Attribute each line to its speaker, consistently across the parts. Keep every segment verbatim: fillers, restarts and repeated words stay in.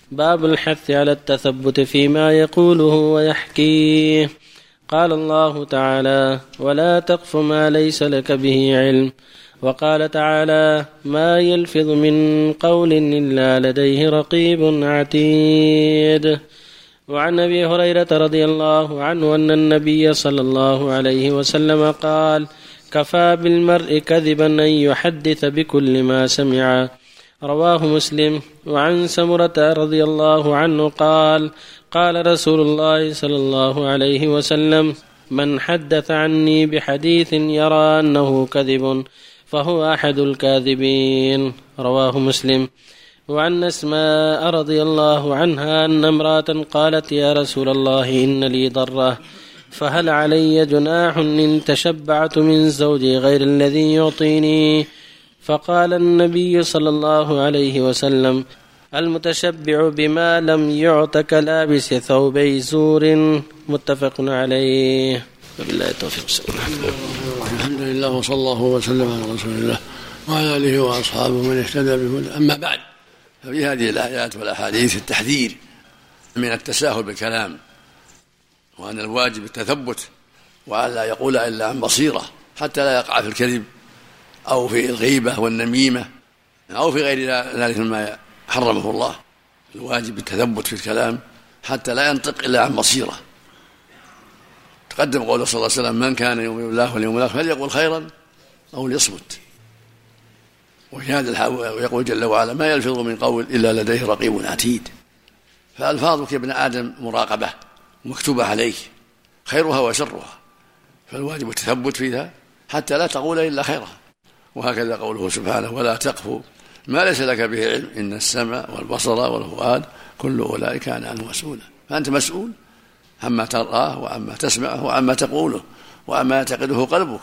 Speaker 1: باب الحث على التثبت فيما يقوله ويحكيه. قال الله تعالى: ولا تقف ما ليس لك به علم. وقال تعالى: ما يلفظ من قول إلا لديه رقيب عتيد. وعن أبي هريرة رضي الله عنه أن النبي صلى الله عليه وسلم قال: كفى بالمرء كذبا أن يحدث بكل ما سمع. رواه مسلم. وعن سمرة رضي الله عنه قال: قال رسول الله صلى الله عليه وسلم: من حدث عني بحديث يرى أنه كذب فهو أحد الكاذبين. رواه مسلم. وعن أسماء رضي الله عنها أن امرأة قالت: يا رسول الله إن لي ضرة فهل علي جناح إن تشبعت من زوجي غير الذي يعطيني؟ فقال النبي صلى الله عليه وسلم: المتشبع بما لم يعط كلابس ثوبي زور. متفق عليه. وبالله التوفيق.
Speaker 2: الحمد لله وصلى الله وسلم على رسول الله وعلى آله وأصحابه من اهتدى بهداه. أما بعد، ففي هذه الآيات والأحاديث التحذير من التساهل بالكلام، وأن الواجب التثبت وأن لا يقول إلا عن بصيرة حتى لا يقع في الكذب أو في الغيبة والنميمة أو في غير ذلك مما حرمه الله. الواجب التثبت في الكلام حتى لا ينطق إلا عن بصيرة. تقدم قوله صلى الله عليه وسلم: من كان يؤمن بالله واليوم الآخر فليقل خيرا أو ليصمت. وفي هذا الحال يقول جل وعلا: ما يلفظ من قول إلا لديه رقيب عتيد. فألفاظك يا ابن آدم مراقبة مكتوبة عليك، خيرها وشرها، فالواجب التثبت فيها حتى لا تقول إلا خيرها. وهكذا قوله سبحانه: ولا تقف ما ليس لك به علم إن السمع والبصر والفؤاد كل أولئك كان عنه مسؤولا. فأنت مسؤول عما تراه وعما تسمعه وعما تقوله وعما يعتقده قلبك.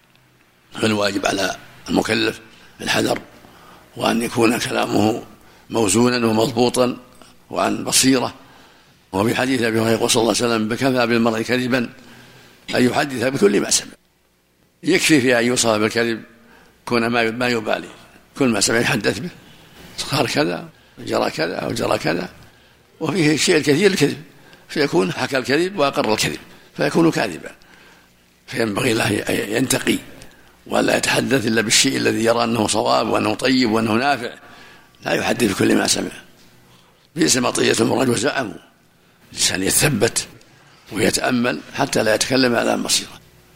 Speaker 2: فالواجب على المكلف الحذر، وأن يكون كلامه موزونا ومضبوطا وعن بصيرة. وفي حديث أبي هريرة صلى الله عليه وسلم: بكفى بالمرء كذبا أن يحدث بكل ما سمع. يكفي في أن يوصف بالكذب كون ما يبالي، كل ما سمع يحدث به، صار كذا جرى كذا أو جرى كذا، وفيه الشيء الكثير الكذب، فيكون حكى الكذب وأقر الكذب فيكون كاذبا. فينبغي له ينتقي ولا يتحدث إلا بالشيء الذي يرى أنه صواب وأنه طيب وأنه نافع، لا يحدث بكل ما سمع. بئس مطية المراد وزعموا. الإنسان يتثبت ويتأمل حتى لا يتكلم على بصيرة.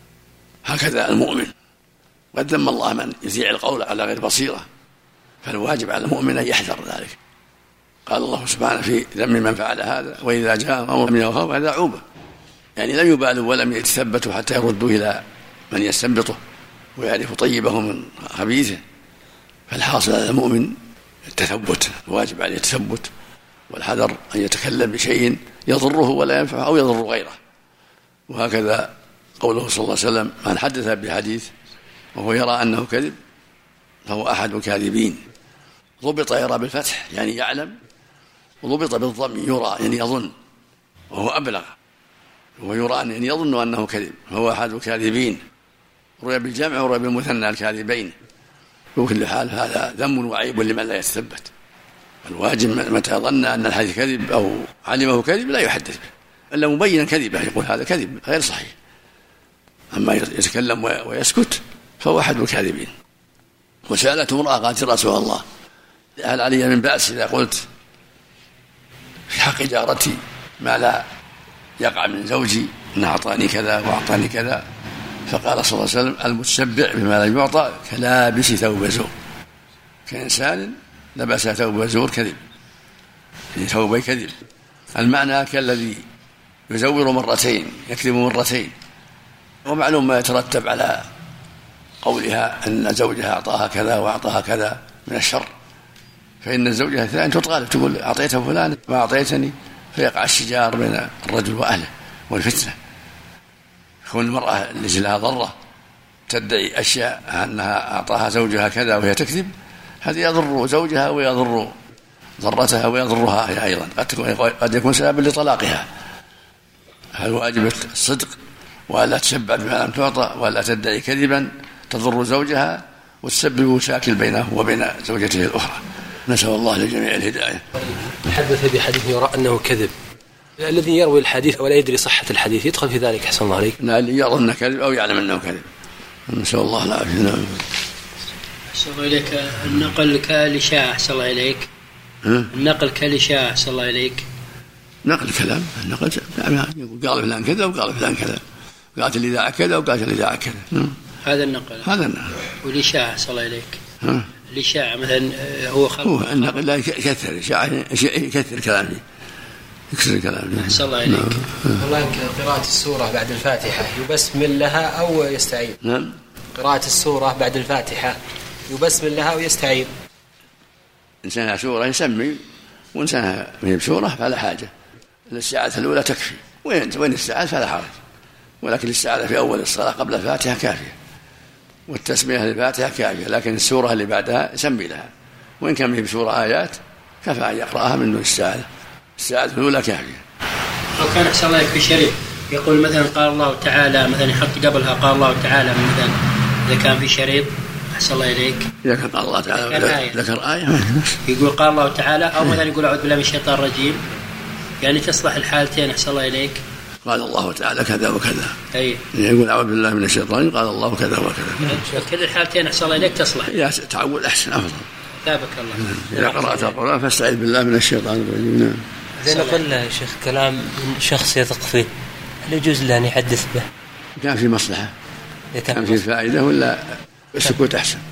Speaker 2: هكذا المؤمن. قد ذم الله من يذيع القول على غير بصيرة، فالواجب على المؤمن أن يحذر ذلك. قال الله سبحانه في ذم من فعل هذا: وإذا جاء أمر من الخوف أذاعوه به. يعني لم يبالوا ولم يتثبتوا حتى يردوا إلى من يستنبطه ويعرف طيبه من خبيثه. فالحاصل على المؤمن التثبت، الواجب عليه التثبت والحذر أن يتكلم بشيء يضره ولا ينفعه أو يضر غيره. وهكذا قوله صلى الله عليه وسلم: من حدث بحديث وهو يرى أنه كذب فهو أحد الكاذبين. ضبط يرى بالفتح يعني يعلم، وضبط بالضم يرى يعني يظن، وهو أبلغ، وهو يرى أن يظن أنه كذب فهو أحد الكاذبين. روي بالجمع وروي بالمثنى الكاذبين. وكل حال هذا ذم وعيب لمن لا يتثبت. الواجب متى ظن أن الحديث كذب أو علمه كذب لا يحدث به إلا مبينا كذبه، يقول هذا كذب غير صحيح. أما يتكلم ويسكت فهو أحد الكاذبين. وسألت امرأة قالت: رسول الله هل علي من بأس إذا قلت في حق جارتي ما لا يقع من زوجي إن أعطاني كذا وأعطاني كذا؟ فقال صلى الله عليه وسلم: المتشبع بما لا يعطى كلابس ثوب زور. كإنسان لبس ثوب زور كذب، ثوبي كذب. المعنى كالذي يزور مرتين يكذب مرتين. ومعلوم ما يترتب على قولها أن زوجها أعطاها كذا وأعطاها كذا من الشر، فإن الزوجة الثانية تطالب تقول: أعطيته فلان ما أعطيتني، فيقع الشجار بين الرجل وأهله والفتنة. يكون المرأة التي لها ضرة تدعي أشياء أنها أعطاها زوجها كذا وهي تكذب، هذا يضر زوجها ويضر ضرتها ويضرها هي أيضا، قد يكون سببا لطلاقها. فالواجب الصدق ولا تشبع بما لم تعطى ولا تدعي كذبا تضر زوجها وتسبب مشاكل بينه وبين زوجته الأخرى. نسأل الله لجميع الهداية.
Speaker 3: حدث بحديث يرى أنه كذب، الذي يروي الحديث ولا يدري صحة الحديث يدخل في ذلك؟ أحسن الله عليك.
Speaker 2: لا، اللي يرى أنه كذب أو يعلم أنه كذب، نسأل الله العافية.
Speaker 1: أحسن الله إليك. النقل كالإشاعة، أحسن الله إليك. النقل كالإشاعة، أحسن الله إليك.
Speaker 2: نقل كلام، النقل قال فلان كذا وقال فلان كذا، قالت الإذاعة كذا وقالت الإذاعة كذا.
Speaker 1: هذا النقل.
Speaker 2: هذا النقل.
Speaker 1: والإشاعة، أحسن الله إليك. ها؟ الإشاعة مثلا هو خلق.
Speaker 2: هو النقل لا يكثر، الإشاعة يكثر كلامه، يكثر كلامه.
Speaker 1: أحسن الله إليك.
Speaker 3: والله قراءة السورة بعد الفاتحة يبسمل لها أو يستعيذ.
Speaker 2: نعم.
Speaker 3: قراءة السورة بعد الفاتحة يبسمل لها أو يستعيذ.
Speaker 2: إنسانها سورة يسمي، وإنسانها من بسورة فلا حاجة. الاستعاذة الأولى تكفي، وين وين الاستعاذة فلا حرج، ولكن الاستعاذة في أول الصلاة قبل الفاتحة كافية، والتسمية للفاتحة كافية، لكن السورة اللي بعدها يسمي لها، وإن كان به بسورة آيات كفى أن يقرأها من الاستعاذة. الاستعاذة الأولى كافية.
Speaker 1: لو كان أحسن الله في شريف يقول مثلا قال الله تعالى، مثلا يحط قبلها قال الله تعالى، مثلا إذا كان في شريط أحسن الله إليك،
Speaker 2: إذا كان قال الله تعالى ذكر آية
Speaker 1: يقول قال الله تعالى، أو مثلا يقول أعوذ بالله من الشيطان الرجيم، يعني تصلح الحالتين أحسن الله إليك.
Speaker 2: قال الله تعالى كذا وكذا،
Speaker 1: أي
Speaker 2: يقول أعوذ بالله من الشيطان قال الله كذا وكذا،
Speaker 1: كذا الحالتين أحسن الله إليك تصلح.
Speaker 2: يا تعود أحسن أفضل.
Speaker 1: ثابك الله.
Speaker 2: إذا قرأت القرآن فاستعذ بالله من الشيطان الرجيم.
Speaker 4: إذا نقلنا شيخ كلام من شخص يثق فيه، هل يجوز له أن يحدث به؟
Speaker 2: كان في مصلحة، كان في فائدة، ولا السكوت أحسن.